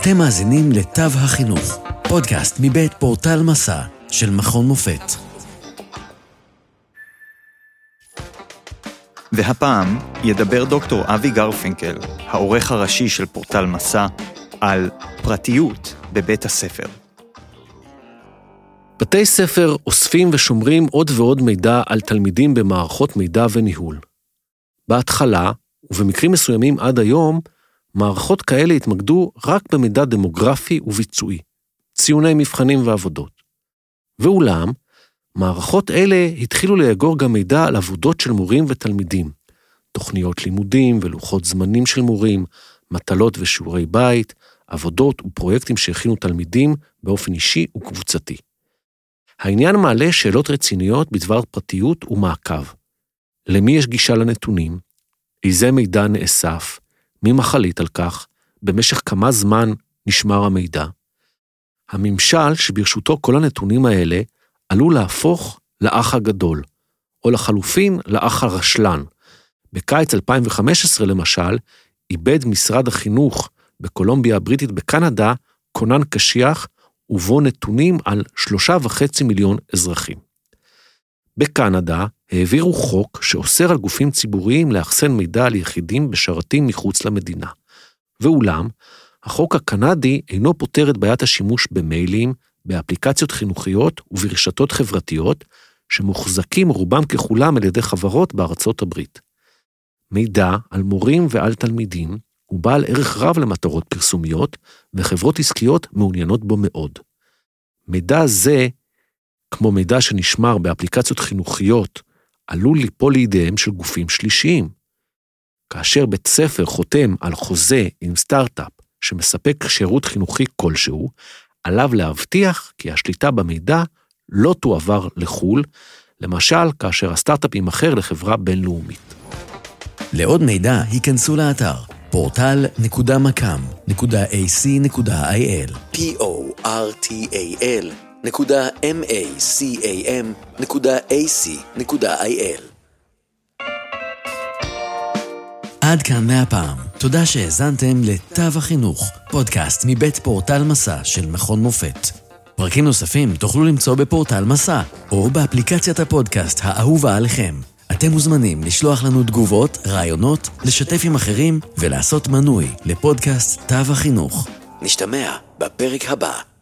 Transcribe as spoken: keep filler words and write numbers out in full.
אתם מאזינים לתו החינוך, פודקאסט מבית פורטל מסע של מכון מופת. והפעם ידבר דוקטור אבי גרפינקל, העורך הראשי של פורטל מסע, על פרטיות בבית הספר. בתי ספר אוספים ושומרים עוד ועוד מידע על תלמידים במערכות מידע וניהול. בהתחלה, ובמקרים מסוימים עד היום, מערכות כאלה התמקדו רק במידע דמוגרפי וביצועי, ציוני מבחנים ועבודות. ואולם, מערכות אלה התחילו לאגור גם מידע על עבודות של מורים ותלמידים, תוכניות לימודים ולוחות זמנים של מורים, מטלות ושיעורי בית, עבודות ופרויקטים שהכינו תלמידים באופן אישי וקבוצתי. העניין מעלה שאלות רציניות בדבר פרטיות ומעקב. למי יש גישה לנתונים? איזה מידע נאסף? מי מחליט על כך? במשך כמה זמן נשמר המידע? הממשל שברשותו כל הנתונים האלה עלול להפוך לאח הגדול, או לחלופין לאח הרשלן. בקיץ אלפיים וחמש עשרה למשל, איבד משרד החינוך בקולומביה הבריטית בקנדה כונן קשיח, ובו נתונים על שלושה וחצי מיליון אזרחים. בקנדה העבירו חוק שאוסר על גופים ציבוריים לאחסן מידע על יחידים בשרתים מחוץ למדינה. ואולם, החוק הקנדי אינו פותר את בעיית השימוש במיילים, באפליקציות חינוכיות וברשתות חברתיות, שמוחזקים רובם ככולם על ידי חברות בארצות הברית. מידע על מורים ועל תלמידים הוא בעל ערך רב למטרות פרסומיות, וחברות עסקיות מעוניינות בו מאוד. מידע זה, כמו מידע שנשמר באפליקציות חינוכיות, עלול ליפול לידיהם של גופים שלישיים. כאשר בית ספר חותם על חוזה עם סטארט-אפ שמספק שירות חינוכי כלשהו, עליו להבטיח כי השליטה במידע לא תועבר לחול, למשל כאשר הסטארט-אפ יימכר לחברה בינלאומית. לעוד מידע היכנסו לאתר פורטל נקודה מקאם נקודה איי סי נקודה איי אל P-O-R-T-A-L נקודה M-A-C-A-M נקודה A-C נקודה איי אל. עד כאן מהפעם. תודה שהאזנתם לתו החינוך, פודקאסט מבית פורטל מסע של מכון מופת. פרקים נוספים תוכלו למצוא בפורטל מסע, או באפליקציית הפודקאסט האהובה עליכם. אתם מוזמנים לשלוח לנו תגובות, רעיונות, לשתף עם אחרים ולעשות מנוי לפודקאסט תו החינוך. נשתמע בפרק הבא.